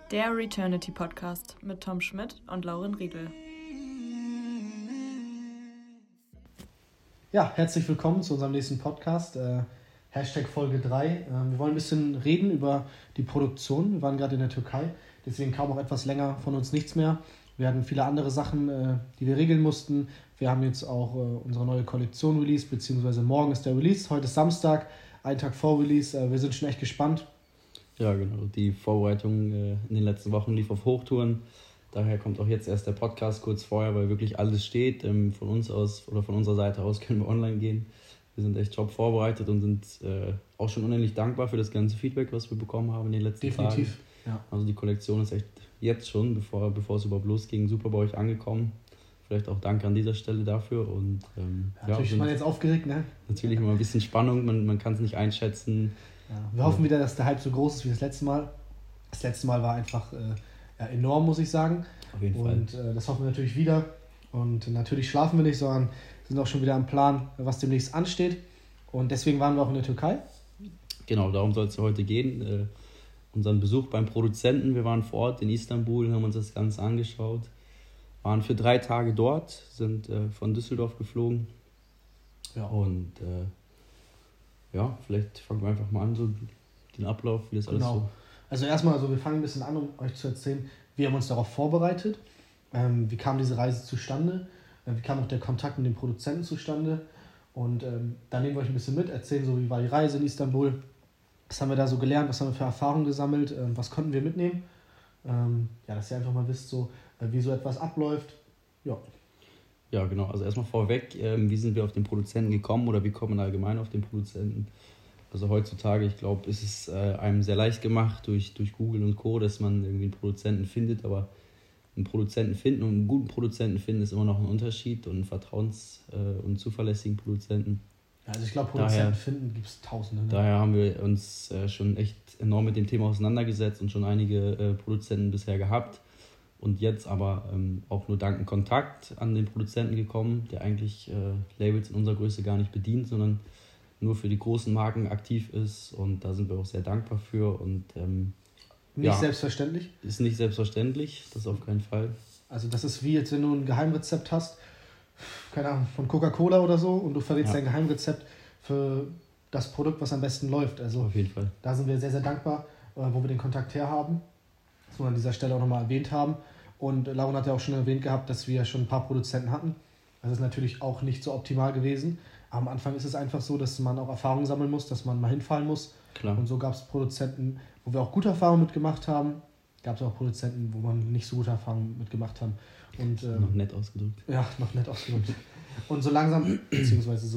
Der Returnity Podcast mit Tom Schmidt und Lauren Riedel. Ja, herzlich willkommen zu unserem nächsten Podcast, Hashtag Folge 3. Wir wollen ein bisschen reden über die Produktion. Wir waren gerade in der Türkei, deswegen kam auch etwas länger von uns nichts mehr. Wir hatten viele andere Sachen, die wir regeln mussten. Wir haben jetzt auch unsere neue Kollektion released, beziehungsweise morgen ist der Release. Heute ist Samstag, einen Tag vor Release. Wir sind schon echt gespannt. Ja, genau. Die Vorbereitung in den letzten Wochen lief auf Hochtouren. Daher kommt auch jetzt erst der Podcast kurz vorher, weil wirklich alles steht. Von uns aus oder von unserer Seite aus können wir online gehen. Wir sind echt top vorbereitet und sind auch schon unendlich dankbar für das ganze Feedback, was wir bekommen haben in den letzten Tagen. Definitiv, ja. Also die Kollektion ist echt jetzt schon, bevor es überhaupt losging, super bei euch angekommen. Vielleicht auch danke an dieser Stelle dafür. Und, natürlich ist man jetzt aufgeregt, ne? Natürlich immer ein bisschen Spannung, man kann es nicht einschätzen. Ja, wir hoffen wieder, dass der Hype so groß ist wie das letzte Mal. Das letzte Mal war einfach enorm, muss ich sagen. Auf jeden Fall. Und das hoffen wir natürlich wieder. Und natürlich schlafen wir nicht, sondern sind auch schon wieder am Plan, was demnächst ansteht. Und deswegen waren wir auch in der Türkei. Genau, darum soll es heute gehen. Unseren Besuch beim Produzenten. Wir waren vor Ort in Istanbul, haben uns das Ganze angeschaut. Waren für 3 Tage dort, sind von Düsseldorf geflogen. Ja. Und vielleicht fangen wir einfach mal an, so den Ablauf, wie das alles so... Also erstmal, wir fangen ein bisschen an, um euch zu erzählen, wir haben uns darauf vorbereitet. Wie kam diese Reise zustande? Wie kam auch der Kontakt mit dem Produzenten zustande? Und dann nehmen wir euch ein bisschen mit, erzählen so, wie war die Reise in Istanbul, was haben wir da so gelernt, was haben wir für Erfahrungen gesammelt, was konnten wir mitnehmen. Dass ihr einfach mal wisst, so, wie so etwas abläuft. Ja, genau. Also erstmal vorweg, wie sind wir auf den Produzenten gekommen oder wie kommt man allgemein auf den Produzenten? Also heutzutage, ich glaube, ist es einem sehr leicht gemacht durch Google und Co., dass man irgendwie einen Produzenten findet, aber einen Produzenten finden und einen guten Produzenten finden ist immer noch ein Unterschied und einen und zuverlässigen Produzenten. Also ich glaube, Produzenten finden gibt es Tausende. Ne? Daher haben wir uns schon echt enorm mit dem Thema auseinandergesetzt und schon einige Produzenten bisher gehabt. Und jetzt aber auch nur dank Kontakt an den Produzenten gekommen, der eigentlich Labels in unserer Größe gar nicht bedient, sondern nur für die großen Marken aktiv ist. Und da sind wir auch sehr dankbar für. Und nicht selbstverständlich? Ist nicht selbstverständlich, das auf keinen Fall. Also das ist wie jetzt, wenn du ein Geheimrezept hast, keine Ahnung, von Coca-Cola oder so, und du verrätst dein Geheimrezept für das Produkt, was am besten läuft. Also auf jeden Fall. Da sind wir sehr, sehr dankbar, wo wir den Kontakt her haben. Das muss man an dieser Stelle auch nochmal erwähnt haben. Und Lauren hat ja auch schon erwähnt gehabt, dass wir schon ein paar Produzenten hatten. Das ist natürlich auch nicht so optimal gewesen. Am Anfang ist es einfach so, dass man auch Erfahrungen sammeln muss, dass man mal hinfallen muss. Klar. Und so gab es Produzenten, wo wir auch gute Erfahrungen mitgemacht haben. Gab es auch Produzenten, wo man nicht so gute Erfahrungen mitgemacht haben. Und, noch nett ausgedrückt. Ja, noch nett ausgedrückt. Und so langsam ist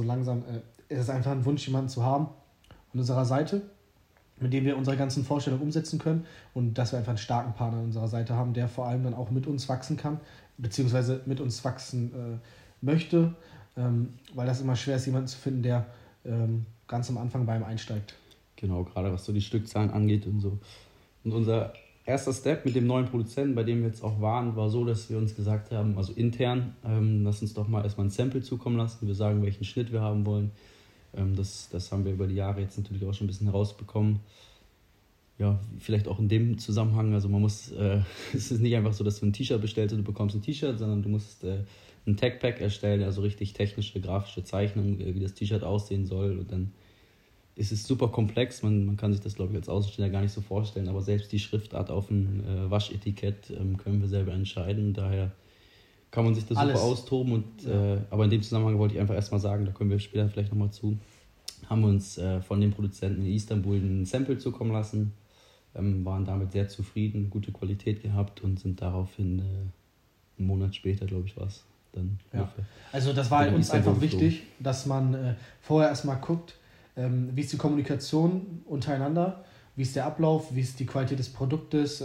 es einfach ein Wunsch, jemanden zu haben an unserer Seite, mit dem wir unsere ganzen Vorstellungen umsetzen können und dass wir einfach einen starken Partner an unserer Seite haben, der vor allem dann auch mit uns wachsen kann, beziehungsweise mit uns wachsen möchte, weil das immer schwer ist, jemanden zu finden, der ganz am Anfang bei ihm einsteigt. Genau, gerade was so die Stückzahlen angeht und so. Und unser erster Step mit dem neuen Produzenten, bei dem wir jetzt auch waren, war so, dass wir uns gesagt haben, also intern, lass uns doch mal erstmal ein Sample zukommen lassen. Wir sagen, welchen Schnitt wir haben wollen. Das haben wir über die Jahre jetzt natürlich auch schon ein bisschen herausbekommen. Ja, vielleicht auch in dem Zusammenhang, also man muss, es ist nicht einfach so, dass du ein T-Shirt bestellst und du bekommst ein T-Shirt, sondern du musst ein Tech-Pack erstellen, also richtig technische, grafische Zeichnungen, wie das T-Shirt aussehen soll, und dann ist es super komplex, man kann sich das, glaube ich, als Außenstehender gar nicht so vorstellen, aber selbst die Schriftart auf dem Waschetikett können wir selber entscheiden, daher kann man sich das super austoben. Und, aber in dem Zusammenhang wollte ich einfach erstmal sagen, da kommen wir später vielleicht nochmal zu, haben wir uns von den Produzenten in Istanbul ein Sample zukommen lassen, waren damit sehr zufrieden, gute Qualität gehabt und sind daraufhin einen Monat später, glaube ich, war es dann. Ja. Also das war uns einfach wichtig, dass man vorher erstmal guckt, wie ist die Kommunikation untereinander, wie ist der Ablauf, wie ist die Qualität des Produktes,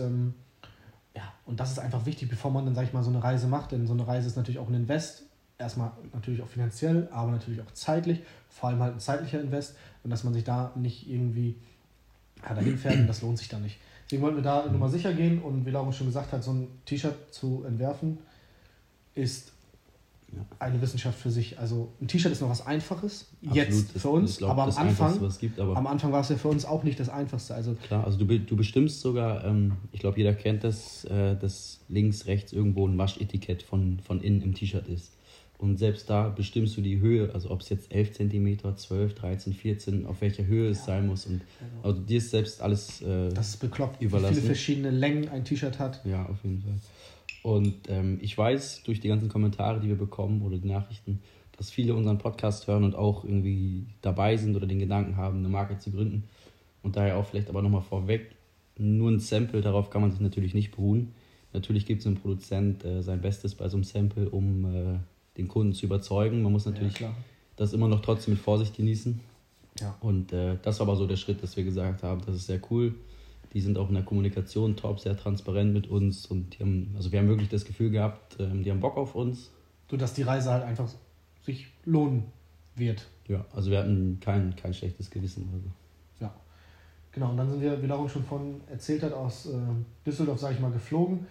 und das ist einfach wichtig, bevor man dann, sag ich mal, so eine Reise macht, denn so eine Reise ist natürlich auch ein Invest, erstmal natürlich auch finanziell, aber natürlich auch zeitlich, vor allem halt ein zeitlicher Invest, und dass man sich da nicht irgendwie dahin fährt, und das lohnt sich dann nicht. Deswegen wollten wir da nochmal sicher gehen, und wie Laura schon gesagt hat, so ein T-Shirt zu entwerfen ist eine Wissenschaft für sich. Also ein T-Shirt ist noch was Einfaches, Absolut, jetzt für uns, aber am Anfang war es ja für uns auch nicht das Einfachste. Also klar, also du bestimmst sogar, ich glaube jeder kennt das, dass links, rechts irgendwo ein Waschetikett von innen im T-Shirt ist. Und selbst da bestimmst du die Höhe, also ob es jetzt 11 cm, 12, 13, 14, auf welcher Höhe es sein muss. Und also dir ist selbst alles das ist bekloppt, überlassen. Wie viele verschiedene Längen ein T-Shirt hat. Ja, auf jeden Fall. Und ich weiß durch die ganzen Kommentare, die wir bekommen oder die Nachrichten, dass viele unseren Podcast hören und auch irgendwie dabei sind oder den Gedanken haben, eine Marke zu gründen. Und daher auch vielleicht aber nochmal vorweg, nur ein Sample, darauf kann man sich natürlich nicht beruhen. Natürlich gibt es einem Produzent sein Bestes bei so einem Sample, um den Kunden zu überzeugen. Man muss natürlich das immer noch trotzdem mit Vorsicht genießen. Ja. Und das war aber so der Schritt, dass wir gesagt haben, das ist sehr cool. Die sind auch in der Kommunikation top, sehr transparent mit uns und wir haben wirklich das Gefühl gehabt, die haben Bock auf uns. So dass die Reise halt einfach sich lohnen wird. Ja, also wir hatten kein schlechtes Gewissen. Also. Ja, genau. Und dann sind wir, wie Lauren schon von erzählt hat, aus Düsseldorf, sage ich mal, geflogen.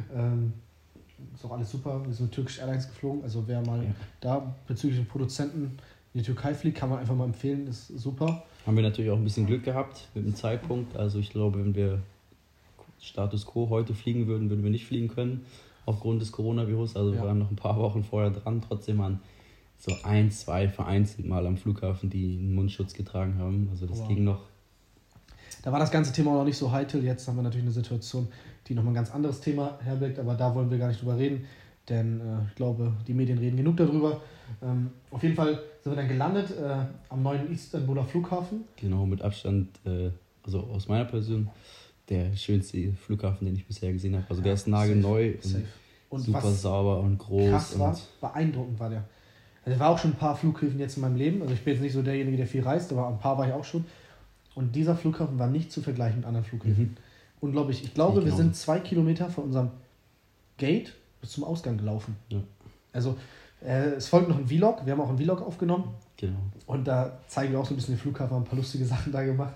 Ist auch alles super. Wir sind mit Turkish Airlines geflogen. Also wer mal da bezüglich den Produzenten in die Türkei fliegt, kann man einfach mal empfehlen. Ist super. Haben wir natürlich auch ein bisschen Glück gehabt mit dem Zeitpunkt. Also ich glaube, wenn wir Status Quo heute fliegen würden, würden wir nicht fliegen können aufgrund des Coronavirus. Also wir waren noch ein paar Wochen vorher dran. Trotzdem waren so 1, 2 vereinzelt mal am Flughafen, die einen Mundschutz getragen haben. Also das ging noch. Da war das ganze Thema auch noch nicht so heikel. Jetzt haben wir natürlich eine Situation, die nochmal ein ganz anderes Thema herblickt. Aber da wollen wir gar nicht drüber reden. Denn ich glaube, die Medien reden genug darüber. Auf jeden Fall sind wir dann gelandet am neuen Istanbuler Flughafen. Genau, mit Abstand, also aus meiner Person, der schönste Flughafen, den ich bisher gesehen habe. Also der ist nagelneu und super sauber und groß. Krass war, beeindruckend war der. Also ich war auch schon ein paar Flughäfen jetzt in meinem Leben. Also ich bin jetzt nicht so derjenige, der viel reist, aber ein paar war ich auch schon. Und dieser Flughafen war nicht zu vergleichen mit anderen Flughäfen. Unglaublich. Ich glaube, wir sind 2 Kilometer von unserem Gate bis zum Ausgang gelaufen. Ja. Also es folgt noch ein Vlog. Wir haben auch einen Vlog aufgenommen. Genau. Und da zeigen wir auch so ein bisschen den Flughafen, ein paar lustige Sachen da gemacht.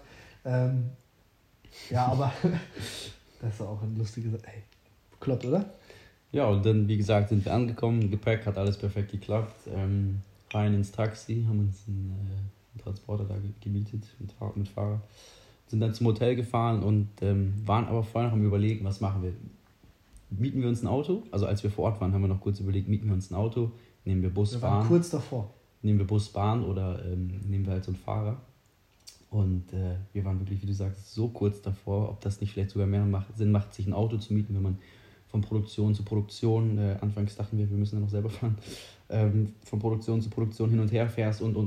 Ja, aber das ist auch ein lustiges... Ey, bekloppt, oder? Ja, und dann, wie gesagt, sind wir angekommen. Gepäck hat alles perfekt geklappt. Rein ins Taxi, haben uns einen Transporter da gemietet mit Fahrer. Sind dann zum Hotel gefahren und waren aber vorher noch am Überlegen, was machen wir. Mieten wir uns ein Auto? Also als wir vor Ort waren, haben wir noch kurz überlegt, mieten wir uns ein Auto, nehmen wir Bus, Bahn. Wir waren kurz davor. Nehmen wir Bus, Bahn oder nehmen wir halt so einen Fahrer. Und wir waren wirklich, wie du sagst, so kurz davor, ob das nicht vielleicht sogar mehr Sinn macht, sich ein Auto zu mieten, wenn man von Produktion zu Produktion, anfangs dachten wir müssen ja noch selber fahren, von Produktion zu Produktion hin und her fährst und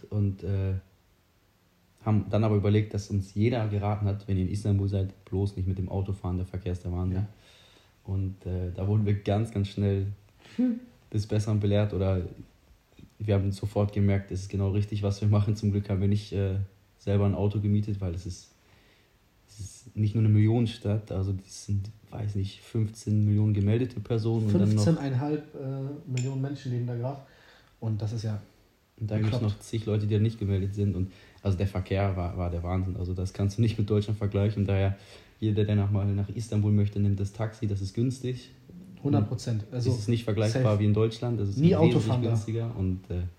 haben dann aber überlegt, dass uns jeder geraten hat, wenn ihr in Istanbul seid, bloß nicht mit dem Auto fahren, der Verkehr ist der Wahnsinn. Ja. Und da wurden wir ganz, ganz schnell des Besseren belehrt oder wir haben sofort gemerkt, es ist genau richtig, was wir machen. Zum Glück haben wir nicht selber ein Auto gemietet, weil es ist nicht nur eine Millionenstadt, also das sind, weiß nicht, 15 Millionen gemeldete Personen. 15,5 Millionen Menschen leben da gerade und das ist ja... Und da gibt es noch zig Leute, die da nicht gemeldet sind und also der Verkehr war der Wahnsinn, also das kannst du nicht mit Deutschland vergleichen und daher jeder, der nach Istanbul möchte, nimmt das Taxi, das ist günstig. 100%. Also es ist nicht vergleichbar safe. Wie in Deutschland, das ist nie Autofahren günstiger und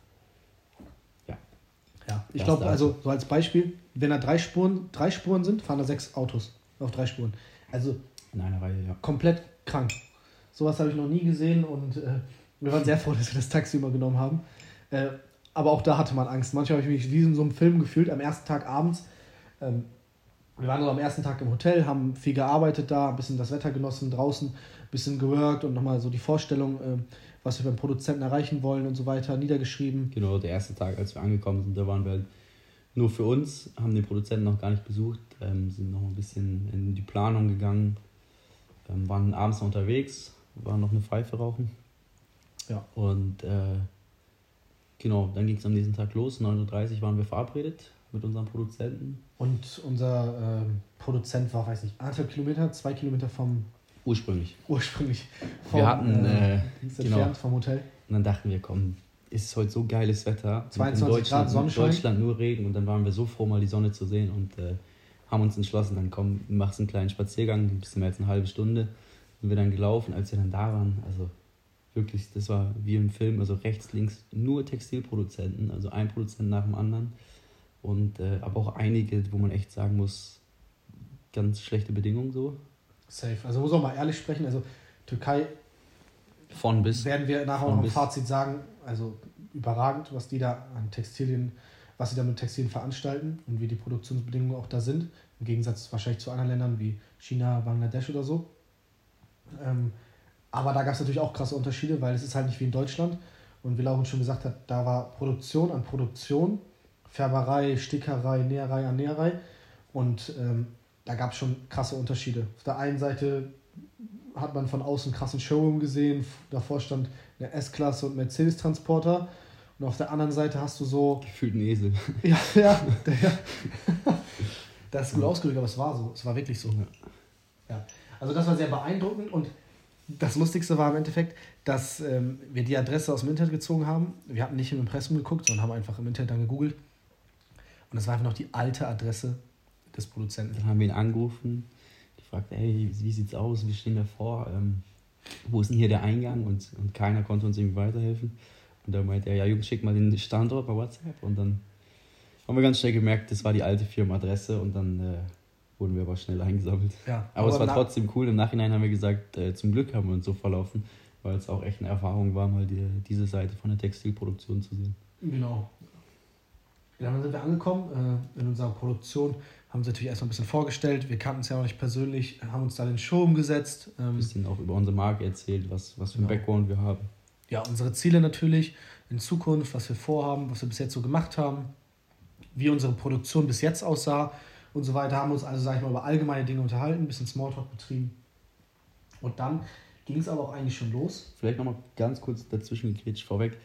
ja, ich glaube, also so als Beispiel, wenn da 3 Spuren sind, fahren da 6 Autos auf 3 Spuren. Also in einer Reihe, ja. Komplett krank. Sowas habe ich noch nie gesehen und wir waren sehr froh, dass wir das Taxi übergenommen haben. Aber auch da hatte man Angst. Manchmal habe ich mich wie in so einem Film gefühlt, am ersten Tag abends. Wir waren so am ersten Tag im Hotel, haben viel gearbeitet da, ein bisschen das Wetter genossen, draußen ein bisschen geworkt und nochmal so die Vorstellung, was wir beim Produzenten erreichen wollen und so weiter, niedergeschrieben. Genau, der erste Tag, als wir angekommen sind, da waren wir halt nur für uns, haben den Produzenten noch gar nicht besucht, sind noch ein bisschen in die Planung gegangen, waren abends noch unterwegs, waren noch eine Pfeife rauchen. Ja. Und genau, dann ging es am nächsten Tag los, 9:30 Uhr waren wir verabredet mit unserem Produzenten. Und unser Produzent war, weiß nicht, 1,5 Kilometer, 2 Kilometer vom... Ursprünglich vom, wir hatten entfernt vom Hotel. Und dann dachten wir, komm, ist heute so geiles Wetter. 22 Grad Sonnenschein. In Deutschland nur Regen und dann waren wir so froh, mal die Sonne zu sehen und haben uns entschlossen, dann komm, machst einen kleinen Spaziergang, ein bisschen mehr als eine halbe Stunde. Sind wir dann gelaufen, als wir dann da waren, also wirklich, das war wie im Film, also rechts, links nur Textilproduzenten, also ein Produzent nach dem anderen. Und aber auch einige, wo man echt sagen muss, ganz schlechte Bedingungen so. Safe. Also muss auch mal ehrlich sprechen, also Türkei von bis. Werden wir nachher noch im Fazit sagen, also überragend, was die da an Textilien, was sie da mit Textilien veranstalten und wie die Produktionsbedingungen auch da sind. Im Gegensatz wahrscheinlich zu anderen Ländern wie China, Bangladesch oder so. Aber da gab es natürlich auch krasse Unterschiede, weil es ist halt nicht wie in Deutschland. Und wie Lauren schon gesagt hat, da war Produktion an Produktion, Färberei, Stickerei, Näherei an Näherei. Und da gab es schon krasse Unterschiede. Auf der einen Seite hat man von außen einen krassen Showroom gesehen, davor stand eine S-Klasse und Mercedes-Transporter. Und auf der anderen Seite hast du so... Gefühlt ein Esel. Ja. Das ist gut ausgedrückt, aber es war so. Es war wirklich so. Ja. Also das war sehr beeindruckend und das Lustigste war im Endeffekt, dass wir die Adresse aus dem Internet gezogen haben. Wir hatten nicht im Impressum geguckt, sondern haben einfach im Internet dann gegoogelt. Und das war einfach noch die alte Adresse des Produzenten. Dann haben wir ihn angerufen, gefragt, ey, wie sieht's aus, wie stehen wir vor, wo ist denn hier der Eingang? Und keiner konnte uns irgendwie weiterhelfen. Und dann meinte er, ja Jungs, schick mal den Standort bei WhatsApp. Und dann haben wir ganz schnell gemerkt, das war die alte Firmenadresse und dann wurden wir aber schnell eingesammelt. Ja, aber es war trotzdem cool. Im Nachhinein haben wir gesagt, zum Glück haben wir uns so verlaufen, weil es auch echt eine Erfahrung war, mal diese Seite von der Textilproduktion zu sehen. Genau. Ja, dann sind wir angekommen in unserer Produktion, haben uns natürlich erstmal ein bisschen vorgestellt. Wir kannten es ja noch nicht persönlich, haben uns da in den Showroom gesetzt. Ein bisschen auch über unsere Marke erzählt, was für einen Background wir haben. Ja, unsere Ziele natürlich in Zukunft, was wir vorhaben, was wir bis jetzt so gemacht haben, wie unsere Produktion bis jetzt aussah und so weiter. Haben uns also, sag ich mal, über allgemeine Dinge unterhalten, ein bisschen Smalltalk betrieben. Und dann ging es aber auch eigentlich schon los. Vielleicht nochmal ganz kurz dazwischen gegrätscht vorweg.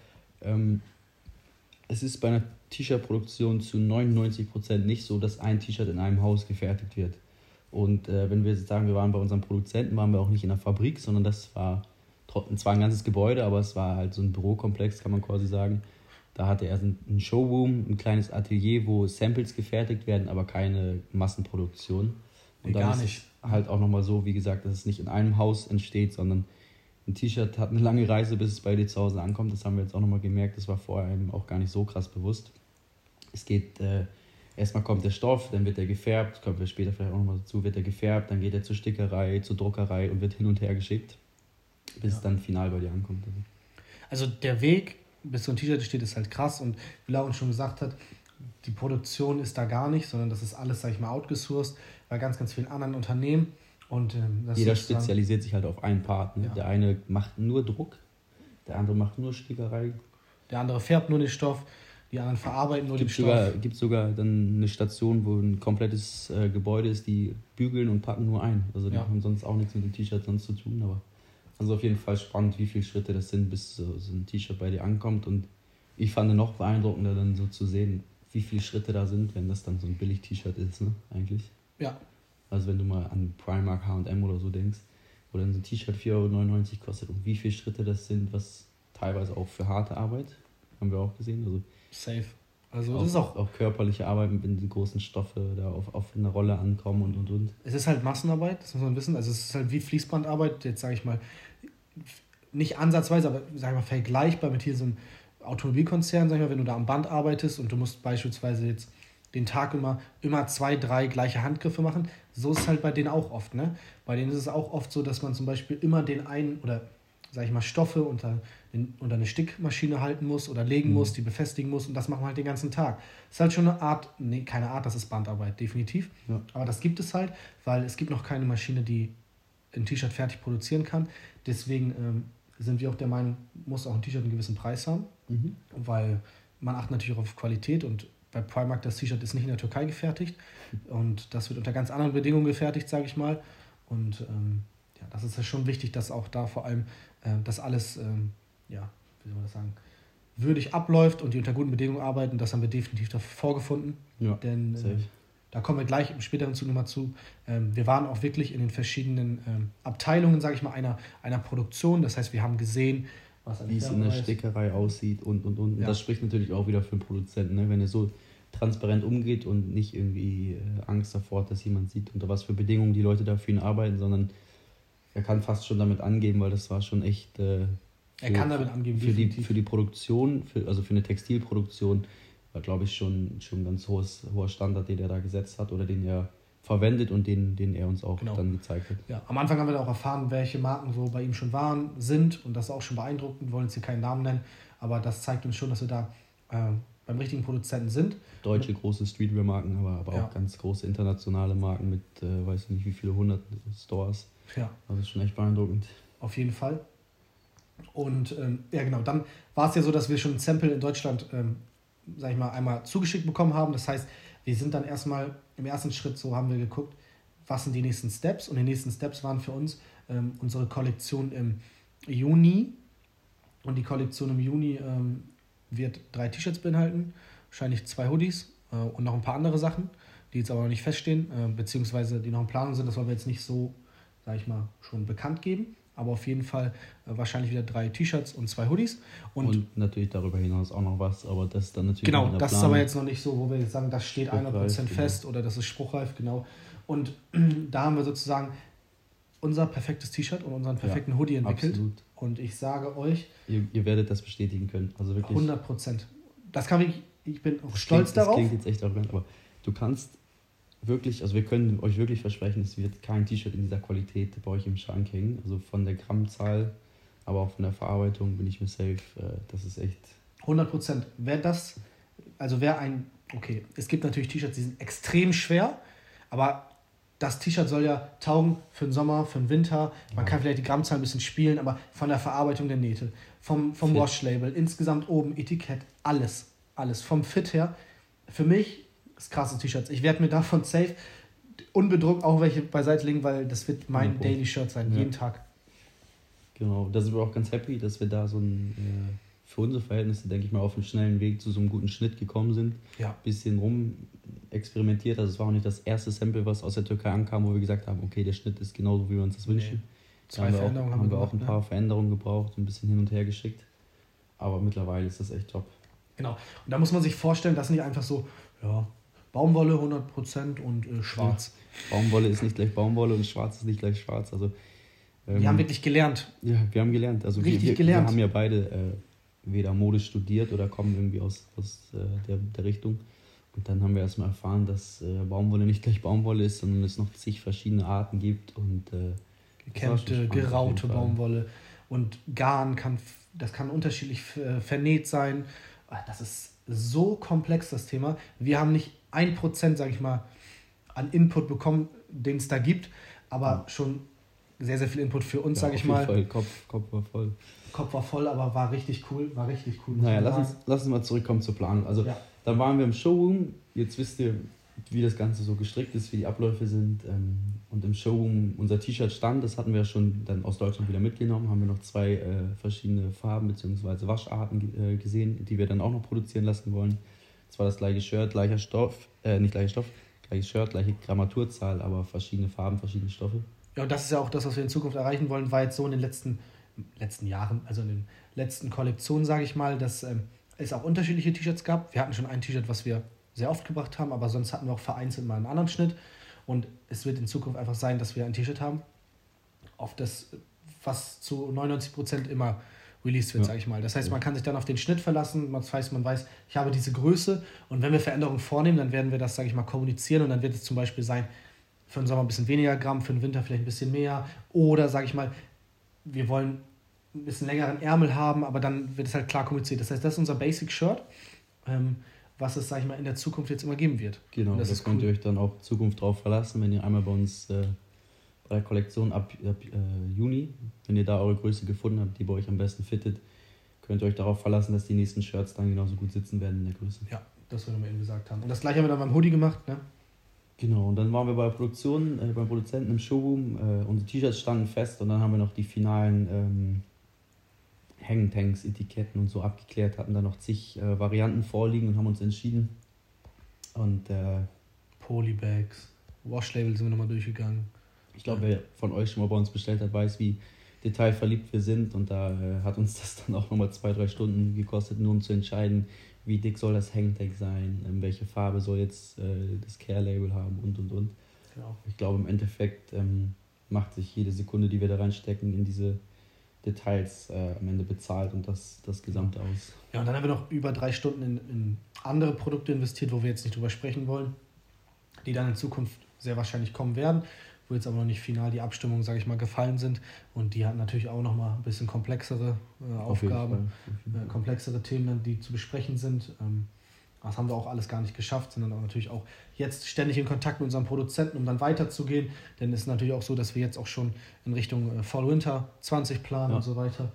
Es ist bei einer T-Shirt-Produktion zu 99% nicht so, dass ein T-Shirt in einem Haus gefertigt wird. Und wenn wir jetzt sagen, wir waren bei unseren Produzenten, waren wir auch nicht in der Fabrik, sondern das war zwar ein ganzes Gebäude, aber es war halt so ein Bürokomplex, kann man quasi sagen. Da hatte er einen Showroom, ein kleines Atelier, wo Samples gefertigt werden, aber keine Massenproduktion. Und gar dann nicht. ist es halt auch nochmal so, wie gesagt, dass es nicht in einem Haus entsteht, sondern ein T-Shirt hat eine lange Reise, bis es bei dir zu Hause ankommt. Das haben wir jetzt auch nochmal gemerkt. Das war vorher eben auch gar nicht so krass bewusst. Es geht, erstmal kommt der Stoff, dann wird er gefärbt, kommen wir später vielleicht auch nochmal dazu, wird er gefärbt, dann geht er zur Stickerei, zur Druckerei und wird hin und her geschickt, bis es dann final bei dir ankommt. Also der Weg, bis so ein T-Shirt steht, ist halt krass und wie Lauren schon gesagt hat, die Produktion ist da gar nicht, sondern das ist alles, sag ich mal, outgesourced bei ganz, ganz vielen anderen Unternehmen. Und, jeder spezialisiert sich halt auf einen Part. Ne? Ja. Der eine macht nur Druck, der andere macht nur Stickerei. Der andere färbt nur den Stoff, die anderen verarbeiten nur den Stoff. Es gibt sogar dann eine Station, wo ein komplettes Gebäude ist, die bügeln und packen nur ein. Also die haben sonst auch nichts mit dem T-Shirt sonst zu tun. Aber also auf jeden Fall spannend, wie viele Schritte das sind, bis so ein T-Shirt bei dir ankommt. Und ich fand noch beeindruckender dann so zu sehen, wie viele Schritte da sind, wenn das dann so ein Billig-T-Shirt ist, ne? Eigentlich. Ja. Also wenn du mal an Primark, H&M oder so denkst, wo dann so ein T-Shirt 4,99 € kostet und wie viele Schritte das sind, was teilweise auch für harte Arbeit, haben wir auch gesehen. Also safe. Also das ist auch körperliche Arbeit, wenn die großen Stoffe da auf eine Rolle ankommen und. Es ist halt Massenarbeit, das muss man wissen. Also es ist halt wie Fließbandarbeit, jetzt sage ich mal, nicht ansatzweise, aber sag ich mal vergleichbar mit hier so einem Automobilkonzern, sag ich mal, wenn du da am Band arbeitest und du musst beispielsweise jetzt den Tag immer 2, 3 gleiche Handgriffe machen. So ist es halt bei denen auch oft. Ne? Bei denen ist es auch oft so, dass man zum Beispiel immer den einen oder, sag ich mal, Stoffe unter eine Stickmaschine halten muss oder legen muss, die befestigen muss und das machen wir halt den ganzen Tag. Das ist halt schon eine Art, nee, keine Art, das ist Bandarbeit, definitiv. Ja. Aber das gibt es halt, weil es gibt noch keine Maschine, die ein T-Shirt fertig produzieren kann. Deswegen sind wir auch der Meinung, muss auch ein T-Shirt einen gewissen Preis haben, weil man achtet natürlich auch auf Qualität und bei Primark, das T-Shirt ist nicht in der Türkei gefertigt und das wird unter ganz anderen Bedingungen gefertigt, sage ich mal. Und das ist ja schon wichtig, dass auch da vor allem das alles, wie soll man das sagen, würdig abläuft und die unter guten Bedingungen arbeiten. Das haben wir definitiv davor vorgefunden. Ja, denn da kommen wir gleich im späteren Zug nochmal zu. Wir waren auch wirklich in den verschiedenen Abteilungen, sage ich mal, einer Produktion. Das heißt, wir haben gesehen, wie es in der Stickerei aussieht und. Ja. Das spricht natürlich auch wieder für den Produzenten, ne? Wenn er so transparent umgeht und nicht irgendwie Angst davor hat, dass jemand sieht, unter was für Bedingungen die Leute da für ihn arbeiten, sondern er kann fast schon damit angeben, weil das war schon echt Er kann damit angeben, für die Produktion, also für eine Textilproduktion, war, glaube ich, schon ein ganz hoher Standard, den er da gesetzt hat oder den er verwendet und den er uns auch dann gezeigt hat. Ja, am Anfang haben wir dann auch erfahren, welche Marken so bei ihm schon sind und das ist auch schon beeindruckend. Wir wollen jetzt hier keinen Namen nennen, aber das zeigt uns schon, dass wir da beim richtigen Produzenten sind. Deutsche große Streetwear-Marken, aber auch ganz große internationale Marken mit, weiß ich nicht wie viele 100 Stores. Ja. Das ist schon echt beeindruckend. Auf jeden Fall. Und genau, dann war es ja so, dass wir schon ein Sample in Deutschland, sag ich mal, einmal zugeschickt bekommen haben. Das heißt, wir sind dann erstmal im ersten Schritt, so haben wir geguckt, was sind die nächsten Steps. Und die nächsten Steps waren für uns unsere Kollektion im Juni. Und die Kollektion im Juni wird 3 T-Shirts beinhalten, wahrscheinlich 2 Hoodies und noch ein paar andere Sachen, die jetzt aber noch nicht feststehen, beziehungsweise die noch in Planung sind. Das wollen wir jetzt nicht so, sag ich mal, schon bekannt geben. Aber auf jeden Fall wahrscheinlich wieder 3 T-Shirts und 2 Hoodies. Und natürlich darüber hinaus auch noch was, aber das ist dann natürlich... Genau, das ist aber jetzt noch nicht so, wo wir jetzt sagen, das steht 100% fest oder das ist spruchreif, genau. Und da haben wir sozusagen unser perfektes T-Shirt und unseren perfekten Hoodie entwickelt. Absolut. Und ich sage euch... Ihr werdet das bestätigen können, also wirklich... 100%. Das kann ich bin auch stolz darauf. Das klingt jetzt echt arrogant, aber du kannst wirklich, also wir können euch wirklich versprechen, es wird kein T-Shirt in dieser Qualität bei euch im Schrank hängen. Also von der Grammzahl, aber auch von der Verarbeitung bin ich mir safe. Das ist echt... 100%. Okay, es gibt natürlich T-Shirts, die sind extrem schwer, aber das T-Shirt soll ja taugen für den Sommer, für den Winter. Man kann vielleicht die Grammzahl ein bisschen spielen, aber von der Verarbeitung der Nähte, vom Wash-Label, insgesamt oben, Etikett, alles. Vom Fit her. Für mich ist krasse T-Shirts. Ich werde mir davon safe unbedruckt auch welche beiseite legen, weil das wird mein Daily Shirt sein, jeden Tag. Genau, da sind wir auch ganz happy, dass wir da so für unsere Verhältnisse, denke ich mal, auf einem schnellen Weg zu so einem guten Schnitt gekommen sind. Ja. Bisschen rum experimentiert. Also es war auch nicht das erste Sample, was aus der Türkei ankam, wo wir gesagt haben, okay, der Schnitt ist genauso, wie wir uns das wünschen. Nee. 2 Veränderungen haben wir auch ein paar Veränderungen gebraucht, ein bisschen hin und her geschickt. Aber mittlerweile ist das echt top. Genau. Und da muss man sich vorstellen, dass nicht einfach so, Baumwolle 100% und schwarz. Ja. Baumwolle ist nicht gleich Baumwolle und schwarz ist nicht gleich schwarz. Also, wir haben wirklich gelernt. Ja, wir haben gelernt. Also gelernt. Wir haben ja beide weder Mode studiert oder kommen irgendwie aus der Richtung. Und dann haben wir erstmal erfahren, dass Baumwolle nicht gleich Baumwolle ist, sondern es noch zig verschiedene Arten gibt. Und gekämmte, geraute Baumwolle. Und Garn kann unterschiedlich vernäht sein. Das ist so komplex, das Thema. Wir haben nicht 1%, sage ich mal, an Input bekommen, den es da gibt, aber schon sehr, sehr viel Input für uns, sage ich mal. Fall. Kopf war voll. Kopf war voll, aber war richtig cool. Naja, lass uns mal zurückkommen zur Planung. Also dann waren wir im Showroom. Jetzt wisst ihr, wie das Ganze so gestrickt ist, wie die Abläufe sind. Und im Showroom unser T-Shirt stand, das hatten wir schon dann aus Deutschland wieder mitgenommen, haben wir noch 2 verschiedene Farben bzw. Wascharten gesehen, die wir dann auch noch produzieren lassen wollen. Es war das gleiche Shirt, gleiches Shirt, gleiche Grammaturzahl, aber verschiedene Farben, verschiedene Stoffe. Ja, und das ist ja auch das, was wir in Zukunft erreichen wollen, war jetzt so in den letzten Jahren, also in den letzten Kollektionen, sage ich mal, dass es auch unterschiedliche T-Shirts gab. Wir hatten schon ein T-Shirt, was wir sehr oft gebracht haben, aber sonst hatten wir auch vereinzelt mal einen anderen Schnitt. Und es wird in Zukunft einfach sein, dass wir ein T-Shirt haben, auf das, was zu 99% immer released wird, sage ich mal. Das heißt, man kann sich dann auf den Schnitt verlassen, man weiß, ich habe diese Größe und wenn wir Veränderungen vornehmen, dann werden wir das, sage ich mal, kommunizieren und dann wird es zum Beispiel sein, für den Sommer ein bisschen weniger Gramm, für den Winter vielleicht ein bisschen mehr oder, sage ich mal, wir wollen ein bisschen längeren Ärmel haben, aber dann wird es halt klar kommuniziert. Das heißt, das ist unser Basic-Shirt, was es, sag ich mal, in der Zukunft jetzt immer geben wird. Genau, das könnt ihr euch dann auch in Zukunft drauf verlassen, wenn ihr einmal bei uns bei der Kollektion ab Juni, wenn ihr da eure Größe gefunden habt, die bei euch am besten fittet, könnt ihr euch darauf verlassen, dass die nächsten Shirts dann genauso gut sitzen werden in der Größe. Ja, das wir nochmal eben gesagt haben. Und das gleiche haben wir dann beim Hoodie gemacht, ne? Genau, und dann waren wir beim Produzenten im Showroom, unsere T-Shirts standen fest und dann haben wir noch die finalen Hangtags, Etiketten und so abgeklärt, hatten dann noch zig Varianten vorliegen und haben uns entschieden. Und Polybags, Washlabel sind wir nochmal durchgegangen. Ich glaube, wer von euch schon mal bei uns bestellt hat, weiß, wie detailverliebt wir sind und da hat uns das dann auch nochmal 2-3 Stunden gekostet, nur um zu entscheiden, wie dick soll das Hangtag sein, welche Farbe soll jetzt das Care-Label haben und. Genau. Ich glaube, im Endeffekt macht sich jede Sekunde, die wir da reinstecken, in diese Details am Ende bezahlt und das Gesamte aus. Ja, und dann haben wir noch über 3 Stunden in andere Produkte investiert, wo wir jetzt nicht drüber sprechen wollen, die dann in Zukunft sehr wahrscheinlich kommen werden, wo jetzt aber noch nicht final die Abstimmungen, sage ich mal, gefallen sind. Und die hatten natürlich auch nochmal ein bisschen komplexere Aufgaben, komplexere Themen, die zu besprechen sind. Das haben wir auch alles gar nicht geschafft, sondern auch natürlich auch jetzt ständig in Kontakt mit unseren Produzenten, um dann weiterzugehen. Denn es ist natürlich auch so, dass wir jetzt auch schon in Richtung Fall-Winter 20 planen und so weiter.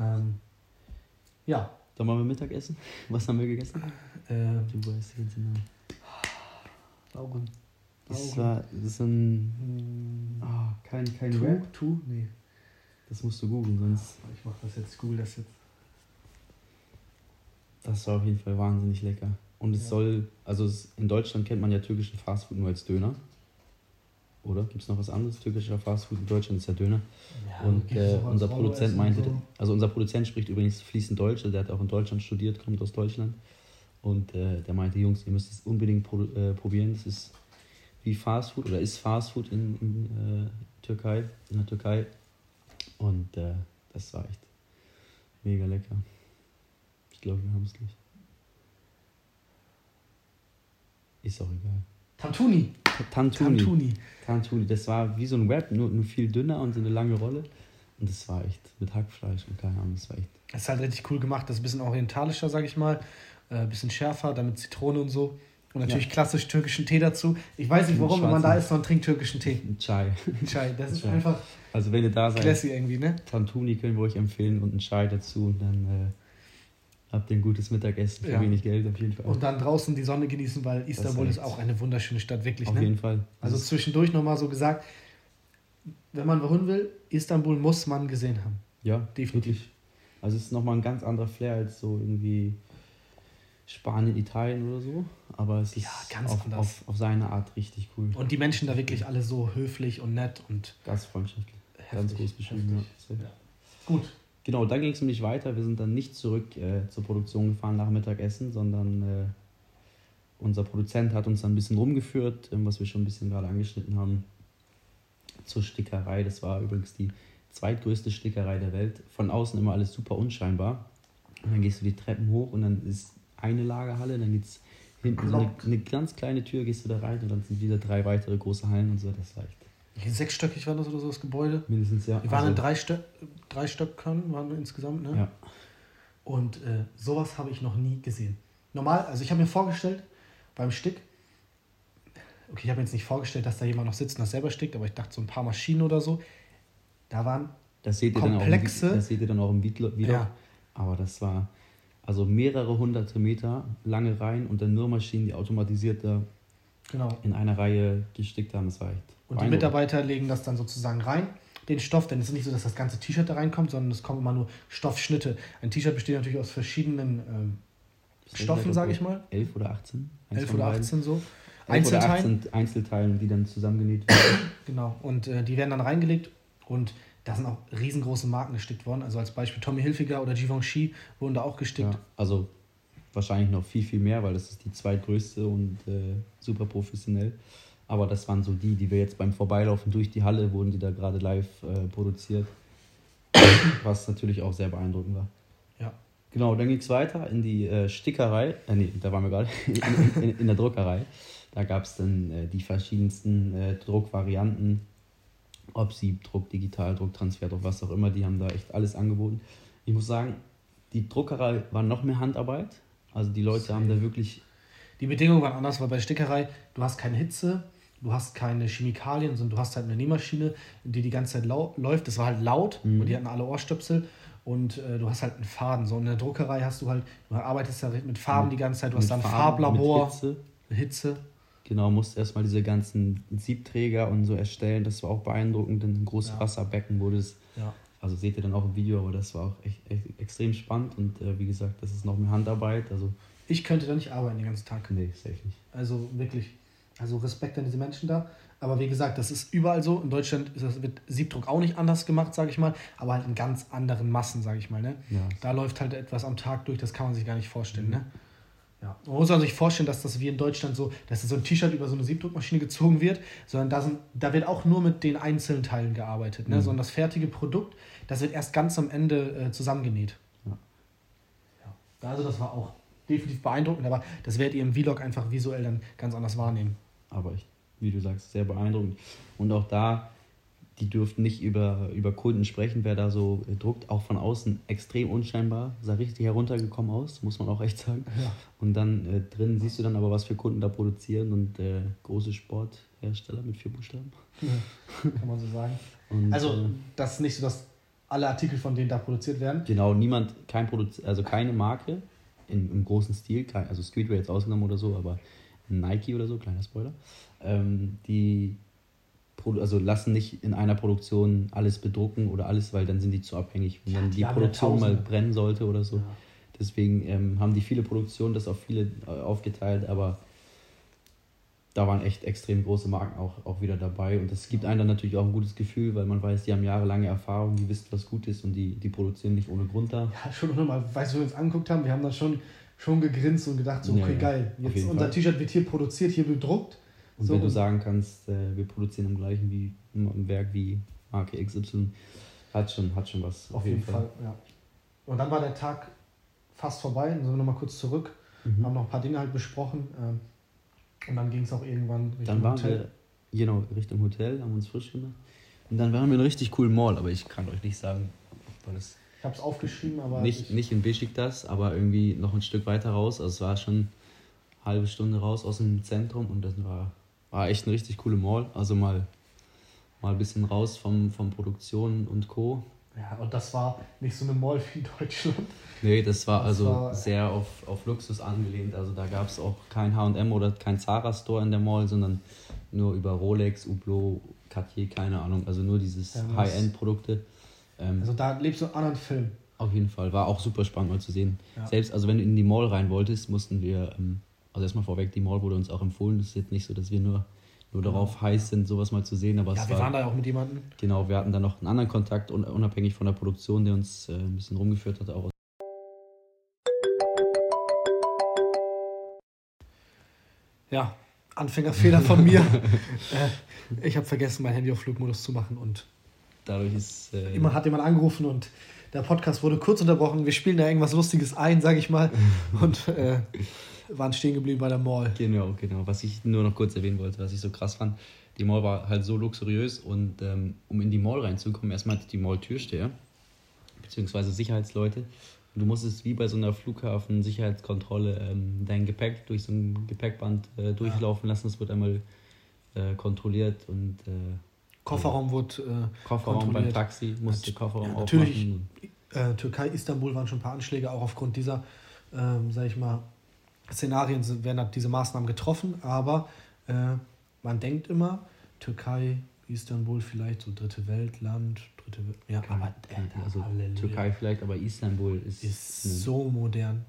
Ja. Dann machen wir Mittagessen. Was haben wir gegessen? Du weißt den ganzen Namen. Lauren. Das ist ein... kein Rap. Nee. Das musst du googeln, sonst... Ich mach das jetzt, google das jetzt. Das war auf jeden Fall wahnsinnig lecker. Und es soll... Also in Deutschland kennt man ja türkischen Fastfood nur als Döner. Oder? Gibt es noch was anderes? Türkischer Fastfood in Deutschland ist ja Döner. Ja, und unser Produzent meinte... So. Also unser Produzent spricht übrigens fließend Deutsch. Der hat auch in Deutschland studiert, kommt aus Deutschland. Und der meinte, Jungs, ihr müsst es unbedingt probieren. Das ist wie Fastfood oder ist Fastfood in der Türkei. Und das war echt mega lecker. Ich glaube, wir haben es gleich. Ist auch egal. Tantuni. Das war wie so ein Wrap, nur viel dünner und so eine lange Rolle. Und das war echt mit Hackfleisch und keine Ahnung, das war echt... Das ist halt richtig cool gemacht. Das ist ein bisschen orientalischer, sag ich mal. Ein bisschen schärfer, dann mit Zitrone und so. Und natürlich klassisch türkischen Tee dazu. Ich weiß nicht, warum, wenn man da ist, man trinkt türkischen Tee. Chai. Das ist einfach also wenn ihr da seid, classy irgendwie, ne? Tantuni können wir euch empfehlen und einen Chai dazu. Und dann habt ihr ein gutes Mittagessen für wenig Geld auf jeden Fall. Und dann draußen die Sonne genießen, weil Istanbul ist auch eine wunderschöne Stadt, wirklich. Auf jeden Fall. Also zwischendurch nochmal so gesagt, wenn man wohin will, Istanbul muss man gesehen haben. Ja, definitiv. Wirklich. Also es ist nochmal ein ganz anderer Flair als so irgendwie Spanien, Italien oder so. Aber es ist ganz anders. Auf seine Art richtig cool. Und die Menschen da wirklich alle so höflich und nett und... Ganz freundschaftlich. Ganz groß beschrieben, ja. Gut. Genau, dann ging es nämlich weiter. Wir sind dann nicht zurück zur Produktion gefahren nach Mittagessen, sondern unser Produzent hat uns dann ein bisschen rumgeführt, was wir schon ein bisschen gerade angeschnitten haben, zur Stickerei. Das war übrigens die zweitgrößte Stickerei der Welt. Von außen immer alles super unscheinbar. Und dann gehst du die Treppen hoch und dann ist eine Lagerhalle, dann gibt es hinten so eine ganz kleine Tür, gehst du da rein und dann sind wieder 3 weitere große Hallen und so. Das war echt... 6stöckig war das oder so, das Gebäude? Mindestens, ja. Wir waren in 3 Stöcken, waren wir insgesamt, ne? Ja. Und sowas habe ich noch nie gesehen. Normal, also ich habe mir vorgestellt, beim Stick, okay, ich habe mir jetzt nicht vorgestellt, dass da jemand noch sitzt und das selber stickt, aber ich dachte so ein paar Maschinen oder so, da waren das seht ihr komplexe... Das seht ihr dann auch im Vlog. Ja. Aber das war also mehrere hunderte Meter lange Reihen und dann nur Maschinen, die automatisiert da in einer Reihe gestickt haben. Das war echt... Und die Mitarbeiter legen das dann sozusagen rein, den Stoff, denn es ist nicht so, dass das ganze T-Shirt da reinkommt, sondern es kommen immer nur Stoffschnitte. Ein T-Shirt besteht natürlich aus verschiedenen Stoffen, sage ich mal. 11 oder 18. 11 oder 18 so. Einzelteilen, die dann zusammengenäht werden. Genau, und die werden dann reingelegt und da sind auch riesengroße Marken gestickt worden. Also als Beispiel Tommy Hilfiger oder Givenchy wurden da auch gestickt. Ja, also wahrscheinlich noch viel, viel mehr, weil das ist die zweitgrößte und super professionell. Aber das waren so die wir jetzt beim Vorbeilaufen durch die Halle, wurden die da gerade live produziert. Was natürlich auch sehr beeindruckend war. Ja. Genau, dann ging es weiter in die Stickerei. Da waren wir gerade, in der Druckerei. Da gab es dann die verschiedensten Druckvarianten. Ob Siebdruck, Digitaldruck, Transferdruck, was auch immer. Die haben da echt alles angeboten. Ich muss sagen, die Druckerei war noch mehr Handarbeit. Also die Leute haben da wirklich... Die Bedingungen waren anders, weil bei der Stickerei, du hast keine Hitze, du hast keine Chemikalien, sondern du hast halt eine Nähmaschine, die ganze Zeit läuft. Das war halt laut und die hatten alle Ohrstöpsel und du hast halt einen Faden. So in der Druckerei hast du halt, du arbeitest ja mit Farben die ganze Zeit, du hast dann ein Farblabor. Mit Hitze. Genau, musst erstmal diese ganzen Siebträger und so erstellen. Das war auch beeindruckend. Ein großes Wasserbecken wurde es. Ja. Also seht ihr dann auch im Video, aber das war auch echt extrem spannend und wie gesagt, das ist noch mehr Handarbeit. Also ich könnte da nicht arbeiten den ganzen Tag. Nee, safe nicht. Also wirklich, also Respekt an diese Menschen da. Aber wie gesagt, das ist überall so. In Deutschland wird Siebdruck auch nicht anders gemacht, sage ich mal, aber halt in ganz anderen Massen, sage ich mal. Ne? Ja, da läuft halt etwas am Tag durch, das kann man sich gar nicht vorstellen. Ne? Ja. Man muss sich vorstellen, dass das wie in Deutschland so, dass so ein T-Shirt über so eine Siebdruckmaschine gezogen wird, sondern da wird auch nur mit den einzelnen Teilen gearbeitet. Ne? Sondern das fertige Produkt, das wird erst ganz am Ende zusammengenäht. Ja. Also das war auch definitiv beeindruckend, aber das werdet ihr im Vlog einfach visuell dann ganz anders wahrnehmen. Aber wie du sagst, sehr beeindruckend. Und auch da, die dürften nicht über Kunden sprechen, wer da so druckt, auch von außen extrem unscheinbar, sah richtig heruntergekommen aus, muss man auch echt sagen. Ja. Und dann drin siehst du dann aber, was für Kunden da produzieren und große Sporthersteller mit 4 Buchstaben. Ja, kann man so sagen. Und, also das ist nicht so, dass alle Artikel von denen da produziert werden? Genau, keine Marke im großen Stil, also Streetwear jetzt ausgenommen oder so, aber Nike oder so, kleiner Spoiler, die lassen nicht in einer Produktion alles bedrucken oder alles, weil dann sind die zu abhängig. Wenn dann die Produktion mal brennen sollte oder so. Ja. Deswegen haben die viele Produktionen, das auf viele aufgeteilt, aber da waren echt extrem große Marken auch wieder dabei. Und das gibt einem dann natürlich auch ein gutes Gefühl, weil man weiß, die haben jahrelange Erfahrung, die wissen, was gut ist und die produzieren nicht ohne Grund da. Ja, schon nochmal, weißt du, wie wir uns angeguckt haben, wir haben dann schon gegrinst und gedacht, so, okay, geil, jetzt unser T-Shirt wird hier produziert, hier bedruckt. Und so, wenn du sagen kannst, wir produzieren im Werk wie Marke XY, hat schon was. Auf jeden Fall, ja. Und dann war der Tag fast vorbei, dann sind wir nochmal kurz zurück, haben noch ein paar Dinge halt besprochen und dann ging es auch irgendwann Richtung Hotel. Richtung Hotel, haben uns frisch gemacht. Und dann waren wir in einer richtig coolen Mall, aber ich kann euch nicht sagen, weil es... Ich habe es aufgeschrieben, aber... Nicht in Beşiktaş, aber irgendwie noch ein Stück weiter raus. Also es war schon eine halbe Stunde raus aus dem Zentrum und das war echt eine richtig coole Mall. Also mal ein bisschen raus von Produktion und Co. Ja, und das war nicht so eine Mall wie in Deutschland. Nee, das war sehr auf Luxus angelehnt. Also da gab es auch kein H&M oder kein Zara-Store in der Mall, sondern nur über Rolex, Hublot, Cartier, keine Ahnung. Also nur dieses High-End-Produkte. Also da lebst du einen anderen Film. Auf jeden Fall. War auch super spannend mal zu sehen. Ja. Selbst, also wenn du in die Mall rein wolltest, mussten wir, also erstmal vorweg, die Mall wurde uns auch empfohlen. Es ist jetzt nicht so, dass wir nur darauf heiß sind, sowas mal zu sehen. Aber wir waren da auch mit jemandem. Genau, wir hatten dann noch einen anderen Kontakt, unabhängig von der Produktion, der uns ein bisschen rumgeführt hat. Auch. Ja, Anfängerfehler von mir. Ich habe vergessen, mein Handy auf Flugmodus zu machen und dadurch ist... Hat jemand angerufen und der Podcast wurde kurz unterbrochen. Wir spielen da irgendwas Lustiges ein, sage ich mal, und waren stehen geblieben bei der Mall. Genau. Was ich nur noch kurz erwähnen wollte, was ich so krass fand, die Mall war halt so luxuriös und um in die Mall reinzukommen, erstmal hatte die Mall-Türsteher, beziehungsweise Sicherheitsleute. Und du musstest wie bei so einer Flughafen-Sicherheitskontrolle dein Gepäck durch so ein Gepäckband durchlaufen lassen. Es wird einmal kontrolliert und... Kofferraum wurde Kofferraum beim Taxi, musste Kofferraum natürlich, aufmachen. Türkei, Istanbul waren schon ein paar Anschläge, auch aufgrund dieser, sag ich mal, Szenarien werden diese Maßnahmen getroffen, aber man denkt immer, Türkei, Istanbul vielleicht so dritte Weltland, aber Türkei vielleicht, aber Istanbul ist so modern.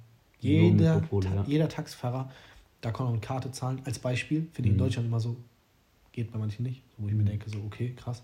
Jeder Taxifahrer, da kann man mit Karte zahlen, als Beispiel, finde ich in Deutschland immer so, geht bei manchen nicht, wo ich mir denke, so okay, krass.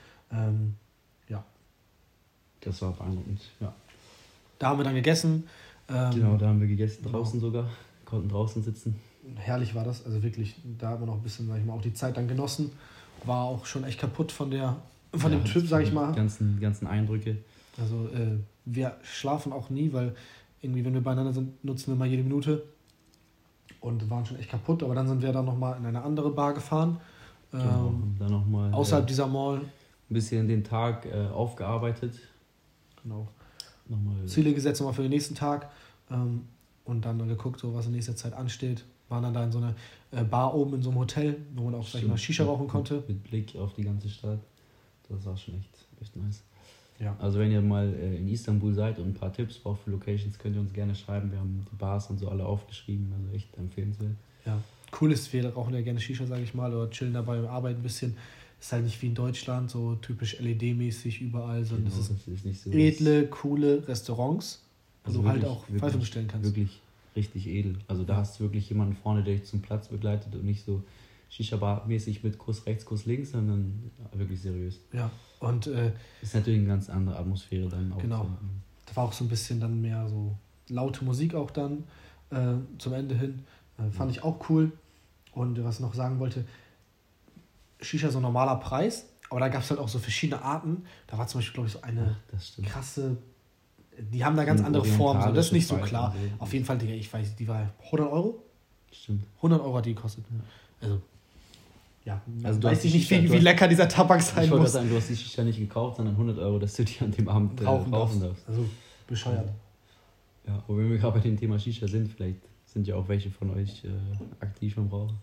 Ja. Das war beeindruckend, ja. Da haben wir dann gegessen. Genau, da haben wir gegessen, draußen sogar, konnten draußen sitzen. Herrlich war das, also wirklich, da haben wir noch ein bisschen, sag ich mal, auch die Zeit dann genossen. War auch schon echt kaputt von dem Trip, sag ich mal. Die ganzen Eindrücke. Also wir schlafen auch nie, weil irgendwie, wenn wir beieinander sind, nutzen wir mal jede Minute und waren schon echt kaputt. Aber dann sind wir dann nochmal in eine andere Bar gefahren. Dann noch mal, außerhalb dieser Mall. Ein bisschen den Tag aufgearbeitet. Genau. Ziele gesetzt nochmal für den nächsten Tag. Und dann geguckt, so, was in nächster Zeit ansteht. Waren dann da in so einer Bar oben in so einem Hotel, wo man auch, sag ich mal, Shisha rauchen konnte. Mit Blick auf die ganze Stadt. Das war schon echt nice. Ja. Also wenn ihr mal in Istanbul seid und ein paar Tipps braucht für Locations, könnt ihr uns gerne schreiben. Wir haben die Bars und so alle aufgeschrieben. Also echt empfehlenswert. Ja. Cool ist, wir rauchen ja gerne Shisha, sage ich mal, oder chillen dabei und arbeiten ein bisschen. Ist halt nicht wie in Deutschland, so typisch LED-mäßig überall, sondern genau, das ist nicht so edle, coole Restaurants, wo du halt auch Pfeife bestellen kannst. Wirklich richtig edel. Also da hast du wirklich jemanden vorne, der dich zum Platz begleitet und nicht so Shisha-Bar-mäßig mit Kuss rechts, Kuss links, sondern wirklich seriös. Ja, und... ist natürlich eine ganz andere Atmosphäre dann auch. Genau. Da war auch so ein bisschen dann mehr so laute Musik auch dann. zum Ende hin. Fand ich auch cool. Und was ich noch sagen wollte, Shisha so ein normaler Preis, aber da gab es halt auch so verschiedene Arten. Da war zum Beispiel, glaube ich, so eine krasse, die haben da ganz andere Formen, so. Das ist nicht so klar. Auf jeden Fall, Digga, ich weiß, die war 100 Euro? Stimmt. 100 Euro hat die gekostet. Also, ja, also weiß ich nicht, wie lecker dieser Tabak sein muss. Ich wollte sagen, du hast die Shisha nicht gekauft, sondern 100 Euro, dass du die an dem Abend rauchen darfst. Also, bescheuert. Ja, aber wenn wir gerade bei dem Thema Shisha sind, vielleicht sind ja auch welche von euch aktiv am Rauchen.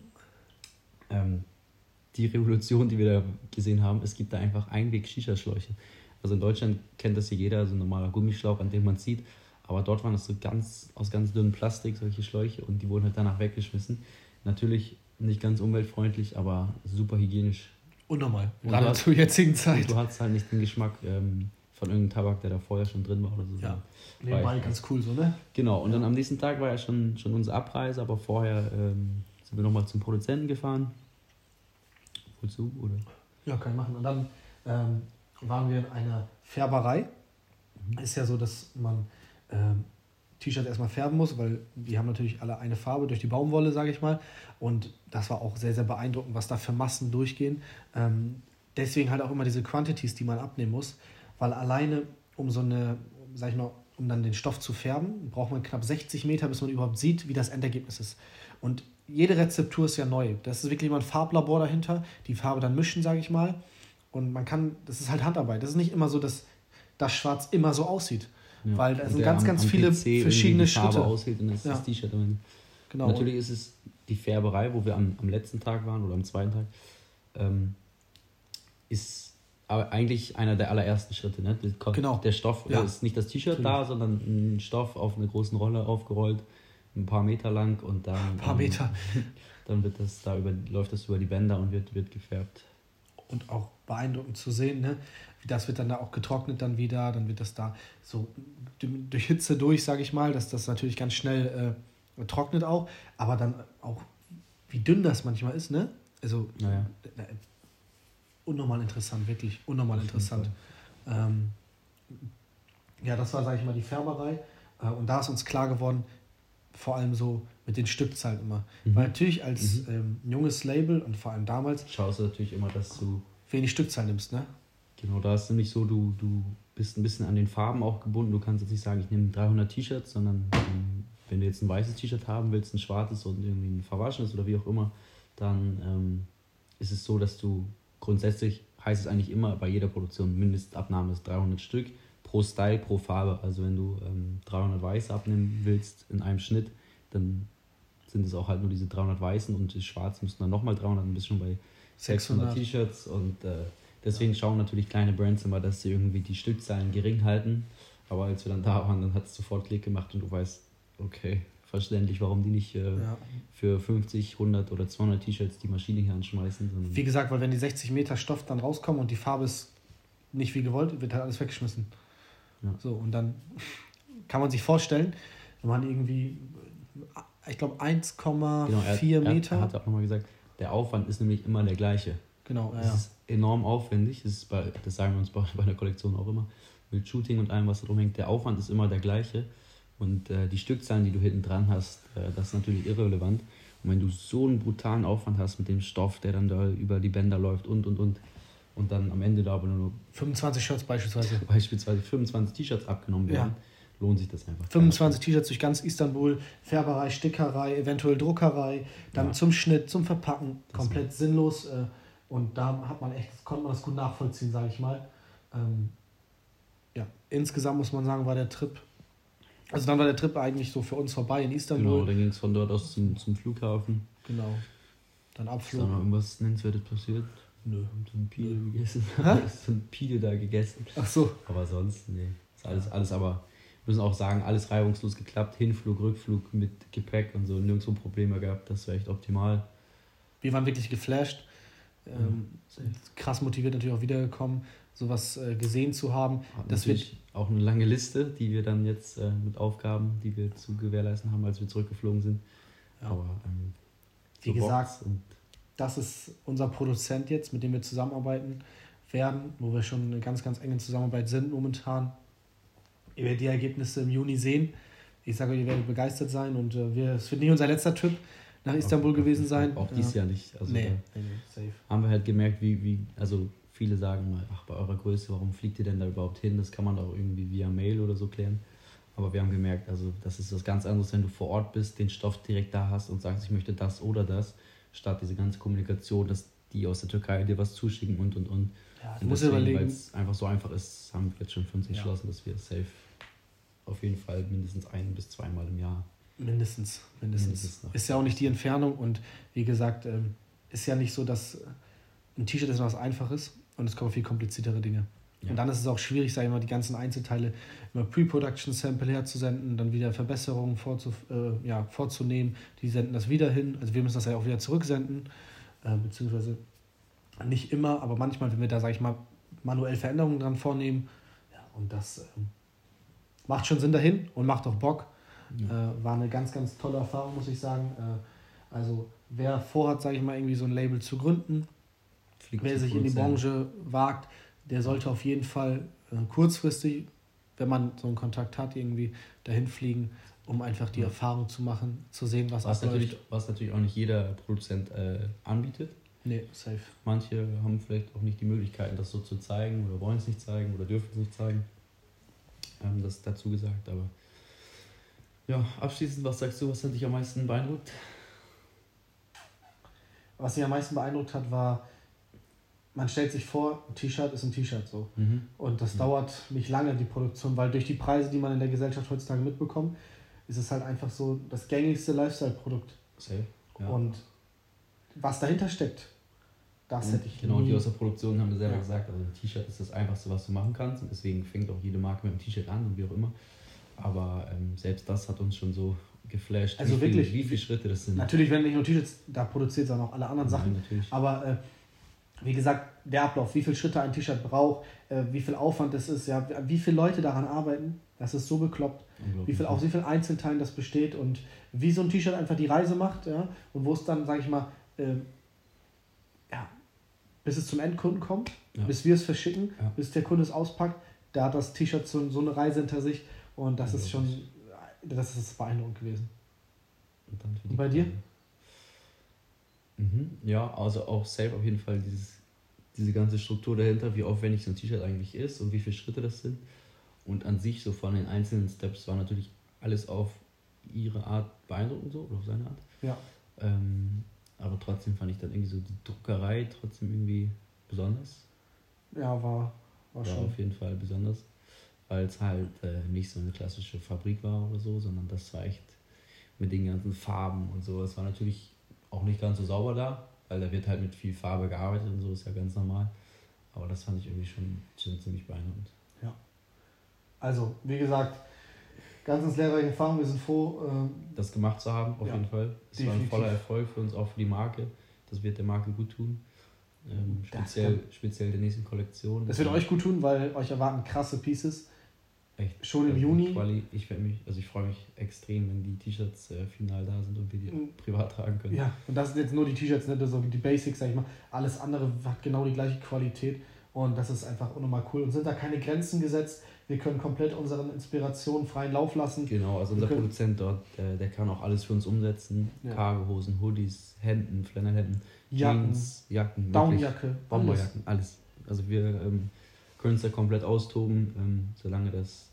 Die Revolution, die wir da gesehen haben, es gibt da einfach Einweg-Shisha-Schläuche. Also in Deutschland kennt das ja jeder, also ein normaler Gummischlauch, an dem man zieht. Aber dort waren das so aus ganz dünnem Plastik, solche Schläuche, und die wurden halt danach weggeschmissen. Natürlich nicht ganz umweltfreundlich, aber super hygienisch. Unnormal, gerade zur jetzigen Zeit. Du hattest halt nicht den Geschmack von irgendeinem Tabak, der da vorher schon drin war oder so. Ja, nebenbei ganz cool so, ne? Genau, und dann am nächsten Tag war ja schon unsere Abreise, aber vorher sind wir nochmal zum Produzenten gefahren. Wozu, oder? Ja, kann ich machen. Und dann waren wir in einer Färberei. Ist ja so, dass man T-Shirts erstmal färben muss, weil die haben natürlich alle eine Farbe durch die Baumwolle, sage ich mal. Und das war auch sehr, sehr beeindruckend, was da für Massen durchgehen. Deswegen halt auch immer diese Quantities, die man abnehmen muss, weil alleine um so eine, sag ich mal, um dann den Stoff zu färben, braucht man knapp 60 Meter, bis man überhaupt sieht, wie das Endergebnis ist. Und jede Rezeptur ist ja neu. Das ist wirklich immer ein Farblabor dahinter, die Farbe dann mischen, sage ich mal. Und man kann, das ist halt Handarbeit. Das ist nicht immer so, dass das Schwarz immer so aussieht. Ja. Weil da sind ganz viele PC verschiedene Schritte. Aussieht und das ist das T-Shirt. Genau. Natürlich ist es die Färberei, wo wir am letzten Tag waren oder am zweiten Tag, ist aber eigentlich einer der allerersten Schritte. Ne? Genau. Der Stoff ist nicht das T-Shirt da, sondern ein Stoff auf einer großen Rolle aufgerollt, ein paar Meter lang, und dann ein paar Meter. Dann wird das läuft das über die Bänder und wird gefärbt. Und auch beeindruckend zu sehen, ne? Wie das wird dann da auch getrocknet dann wieder, dann wird das da so durch Hitze durch, sage ich mal, dass das natürlich ganz schnell trocknet auch, aber dann auch, wie dünn das manchmal ist, ne? Also unnormal interessant, wirklich unnormal interessant. Ja, das war, sage ich mal, die Färberei, und da ist uns klar geworden, vor allem so mit den Stückzahlen immer. Weil natürlich als junges Label und vor allem damals schaust du natürlich immer, dass du wenig Stückzahl nimmst, ne? Genau, da ist nämlich so, du bist ein bisschen an den Farben auch gebunden. Du kannst jetzt nicht sagen, ich nehme 300 T-Shirts, sondern wenn du jetzt ein weißes T-Shirt haben willst, ein schwarzes und irgendwie ein verwaschenes oder wie auch immer, dann ist es so, dass du grundsätzlich, heißt es eigentlich immer bei jeder Produktion, Mindestabnahme ist 300 Stück pro Style, pro Farbe. Also wenn du 300 Weiße abnehmen willst in einem Schnitt, dann sind es auch halt nur diese 300 Weißen, und die Schwarzen müssen dann nochmal 300, dann bist du schon bei 600 T-Shirts, und deswegen schauen natürlich kleine Brands immer, dass sie irgendwie die Stückzahlen gering halten. Aber als wir dann da waren, dann hat es sofort Klick gemacht und du weißt, okay, verständlich, warum die nicht für 50, 100 oder 200 T-Shirts die Maschine hier anschmeißen. Wie gesagt, weil wenn die 60 Meter Stoff dann rauskommen und die Farbe ist nicht wie gewollt, wird halt alles weggeschmissen. Ja. So, und dann kann man sich vorstellen, wenn man irgendwie, ich glaube 1,4 Meter... Er hat auch nochmal gesagt, der Aufwand ist nämlich immer der gleiche. Genau, das ist enorm aufwendig, das sagen wir uns bei der Kollektion auch immer, mit Shooting und allem, was da drum hängt, der Aufwand ist immer der gleiche, und die Stückzahlen, die du hinten dran hast, das ist natürlich irrelevant. Und wenn du so einen brutalen Aufwand hast mit dem Stoff, der dann da über die Bänder läuft und dann am Ende da aber nur 25 Shirts beispielsweise 25 T-Shirts abgenommen werden, lohnt sich das einfach. 25 T-Shirts durch ganz Istanbul, Färberei, Stickerei, eventuell Druckerei, dann zum Schnitt, zum Verpacken, komplett sinnlos. Und da konnte man das gut nachvollziehen, sage ich mal. Insgesamt muss man sagen, war der Trip eigentlich so für uns vorbei in Istanbul. Genau, dann ging es von dort aus zum Flughafen. Genau. Dann Abflug. Ist da noch irgendwas Nennenswertes passiert? Nö. Haben so ein Pide gegessen. So ein Pide da gegessen. Ach so. Aber sonst, nee. Ist alles aber, wir müssen auch sagen, alles reibungslos geklappt. Hinflug, Rückflug mit Gepäck und so, nirgendwo Probleme gehabt. Das wäre echt optimal. Wir waren wirklich geflasht. Krass motiviert natürlich auch wiedergekommen, sowas gesehen zu haben. Das wird auch eine lange Liste, die wir dann jetzt mit Aufgaben, die wir zu gewährleisten haben, als wir zurückgeflogen sind. Ja. Aber wie gesagt, das ist unser Produzent jetzt, mit dem wir zusammenarbeiten werden, wo wir schon eine ganz, ganz enge Zusammenarbeit sind momentan. Ihr werdet die Ergebnisse im Juni sehen. ich sage, ihr werdet begeistert sein und es wird nicht unser letzter Trip nach Istanbul gewesen sein. Auch dieses Jahr nicht. Also nee, safe. Haben wir halt gemerkt, also viele sagen mal, ach, bei eurer Größe, warum fliegt ihr denn da überhaupt hin? Das kann man doch irgendwie via Mail oder so klären. Aber wir haben gemerkt, also das ist was ganz anderes, wenn du vor Ort bist, den Stoff direkt da hast und sagst, ich möchte das oder das, statt diese ganze Kommunikation, dass die aus der Türkei dir was zuschicken und. Ja, und muss deswegen, überlegen. weil es einfach so einfach ist, haben wir jetzt schon für uns entschlossen, dass wir safe auf jeden Fall mindestens 1 bis 2 Mal im Jahr. Mindestens. Ist ja auch nicht die Entfernung und wie gesagt, ist ja nicht so, dass ein T-Shirt ist was Einfaches und es kommen viel kompliziertere Dinge. Ja. Und dann ist es auch schwierig, sag ich mal, die ganzen Einzelteile immer Pre-Production-Sample herzusenden, dann wieder Verbesserungen vorzunehmen. Die senden das wieder hin. Also wir müssen das ja auch wieder zurücksenden, beziehungsweise nicht immer, aber manchmal, wenn wir da, sag ich mal, manuell Veränderungen dran vornehmen. Ja, und das macht schon Sinn dahin und macht auch Bock. Ja. War eine ganz, ganz tolle Erfahrung, muss ich sagen. Also wer vorhat, sage ich mal, irgendwie so ein Label zu gründen, wer sich in die Branche wagt, der sollte auf jeden Fall kurzfristig, wenn man so einen Kontakt hat, irgendwie dahin fliegen, um einfach die Erfahrung zu machen, zu sehen, was abläuft. Was natürlich auch nicht jeder Produzent anbietet. Nee, safe. Manche haben vielleicht auch nicht die Möglichkeiten, das so zu zeigen oder wollen es nicht zeigen oder dürfen es nicht zeigen. Das ist dazu gesagt, aber ja, abschließend, was sagst du, was hat dich am meisten beeindruckt? Was mich am meisten beeindruckt hat, war, man stellt sich vor, ein T-Shirt ist ein T-Shirt so. Und das dauert nicht lange, die Produktion, weil durch die Preise, die man in der Gesellschaft heutzutage mitbekommt, ist es halt einfach so das gängigste Lifestyle-Produkt. Safe, ja. Und was dahinter steckt, das hätte ich Genau, und die aus der Produktion haben selber gesagt, also ein T-Shirt ist das Einfachste, was du machen kannst und deswegen fängt auch jede Marke mit einem T-Shirt an und wie auch immer. Aber selbst das hat uns schon so geflasht, also wie viele Schritte das sind. Natürlich werden nicht nur T-Shirts da produziert, sondern auch alle anderen Sachen. Natürlich. Aber wie gesagt, der Ablauf, wie viele Schritte ein T-Shirt braucht, wie viel Aufwand es ist, ja, wie viele Leute daran arbeiten, das ist so bekloppt. Aus wie vielen Einzelteilen das besteht und wie so ein T-Shirt einfach die Reise macht, ja, und wo es dann, sage ich mal, bis es zum Endkunden kommt, bis wir es verschicken, bis der Kunde es auspackt, da hat das T-Shirt so eine Reise hinter sich und das ist schon, das ist beeindruckend gewesen. Und bei dir? Ja, also auch safe auf jeden Fall diese ganze Struktur dahinter, wie aufwendig so ein T-Shirt eigentlich ist und wie viele Schritte das sind. Und an sich, so von den einzelnen Steps, war natürlich alles auf ihre Art beeindruckend so, oder auf seine Art. Ja. Aber trotzdem fand ich dann irgendwie so die Druckerei trotzdem irgendwie besonders. Ja, war schon. Auf jeden Fall besonders, weil es halt nicht so eine klassische Fabrik war oder so, sondern das war echt mit den ganzen Farben und so. Es war natürlich auch nicht ganz so sauber da, weil da wird halt mit viel Farbe gearbeitet und so, ist ja ganz normal. Aber das fand ich irgendwie schon ziemlich beeindruckend. Ja. Also, wie gesagt, ganz ins lehrreiche Erfahrung. Wir sind froh, das gemacht zu haben, auf jeden Fall. Es war ein voller Erfolg für uns, auch für die Marke. Das wird der Marke gut tun. Speziell der nächsten Kollektion. Das wird euch gut tun, weil euch erwarten krasse Pieces. Echt? Schon im Juni. Ich freue mich extrem, wenn die T-Shirts final da sind und wir die privat tragen können. Ja, und das sind jetzt nur die T-Shirts, nicht so die Basics, sag ich mal. Alles andere hat genau die gleiche Qualität und das ist einfach unnormal cool. Und sind da keine Grenzen gesetzt. Wir können komplett unseren Inspirationen freien Lauf lassen. Genau, also unser Produzent dort, der kann auch alles für uns umsetzen. Ja. Cargohosen, Hoodies, Hemden, Flannelhemden, Jeans, Jacken, Downjacke, Bomberjacken, alles. Also wir können uns da komplett austoben, solange das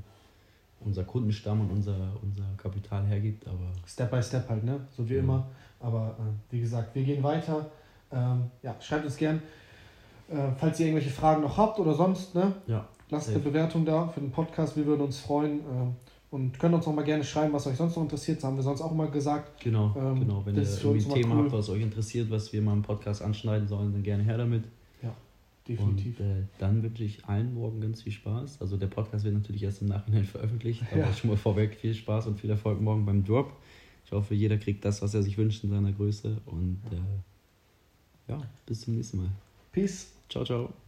unser Kundenstamm und unser Kapital hergibt. Aber Step by Step halt, ne? So wie immer. Aber wie gesagt, wir gehen weiter. Schreibt uns gern, falls ihr irgendwelche Fragen noch habt oder sonst, ne? Ja. Lasst eine Bewertung da für den Podcast, wir würden uns freuen und könnt uns auch mal gerne schreiben, was euch sonst noch interessiert. Das haben wir sonst auch immer gesagt. Genau. Wenn ihr irgendwie ein Thema habt, was euch interessiert, was wir mal im Podcast anschneiden sollen, dann gerne her damit. Ja, definitiv. Und dann wünsche ich allen morgen ganz viel Spaß. Also der Podcast wird natürlich erst im Nachhinein veröffentlicht, aber schon mal vorweg viel Spaß und viel Erfolg morgen beim Drop. Ich hoffe, jeder kriegt das, was er sich wünscht in seiner Größe und bis zum nächsten Mal. Peace. Ciao, ciao.